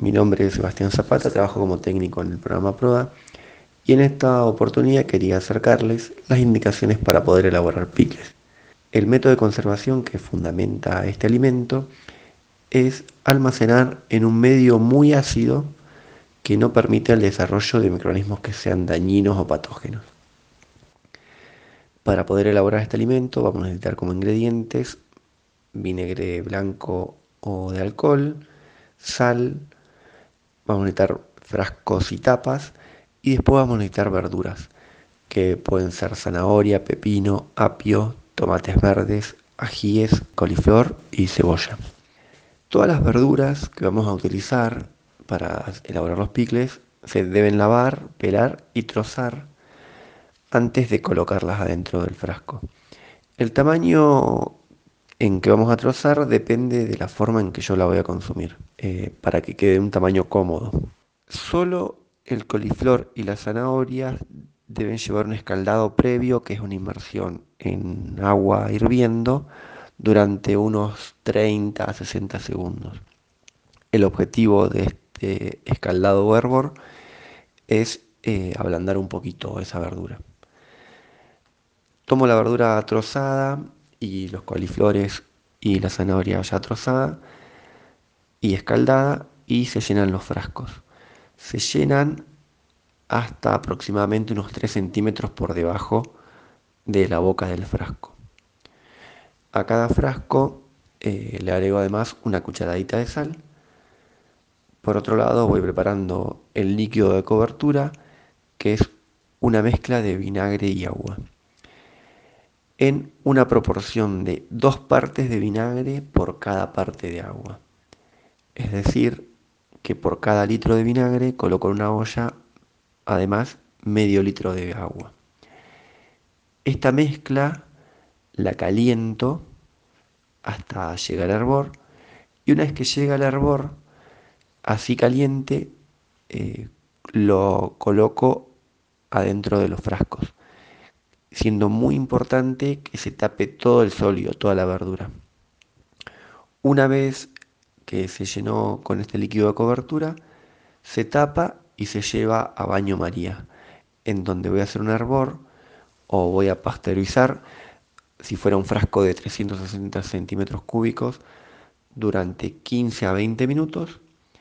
mi nombre es Sebastián Zapata, trabajo como técnico en el programa PRODA y en esta oportunidad quería acercarles las indicaciones para poder elaborar picles. El método de conservación que fundamenta este alimento es almacenar en un medio muy ácido que no permite el desarrollo de microorganismos que sean dañinos o patógenos. Para poder elaborar este alimento vamos a necesitar como ingredientes vinagre blanco o de alcohol, sal, vamos a necesitar frascos y tapas y después vamos a necesitar verduras que pueden ser zanahoria, pepino, apio, tomates verdes, ajíes, coliflor y cebolla. Todas las verduras que vamos a utilizar para elaborar los picles se deben lavar, pelar y trozar antes de colocarlas adentro del frasco. El tamaño en que vamos a trozar depende de la forma en que yo la voy a consumir, para que quede un tamaño cómodo. Solo el coliflor y las zanahorias deben llevar un escaldado previo, que es una inmersión en agua hirviendo durante unos 30 a 60 segundos. El objetivo de este escaldado o hervor es ablandar un poquito esa verdura. Tomo la verdura trozada y los coliflores y la zanahoria ya trozada y escaldada y se llenan los frascos. Se llenan hasta aproximadamente unos 3 centímetros por debajo de la boca del frasco. A cada frasco le agrego además una cucharadita de sal. Por otro lado voy preparando el líquido de cobertura, que es una mezcla de vinagre y agua, en una proporción de 2 partes de vinagre por cada parte de agua. Es decir, que por cada litro de vinagre coloco en una olla además medio litro de agua. Esta mezcla la caliento hasta llegar al hervor y una vez que llega al hervor, así caliente, eh, lo coloco adentro de los frascos, siendo muy importante que se tape todo el sólido, toda la verdura. Una vez que se llenó con este líquido de cobertura, se tapa y se lleva a baño María, en donde voy a hacer un hervor o voy a pasteurizar, si fuera un frasco de 360 centímetros cúbicos, durante 15 a 20 minutos.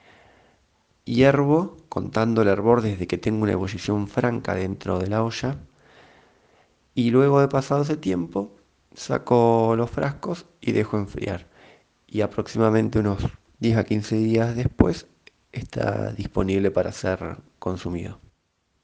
Hiervo, contando el hervor desde que tengo una ebullición franca dentro de la olla. Y luego de pasado ese tiempo, saco los frascos y dejo enfriar. Y aproximadamente unos 10 a 15 días después está disponible para ser consumido.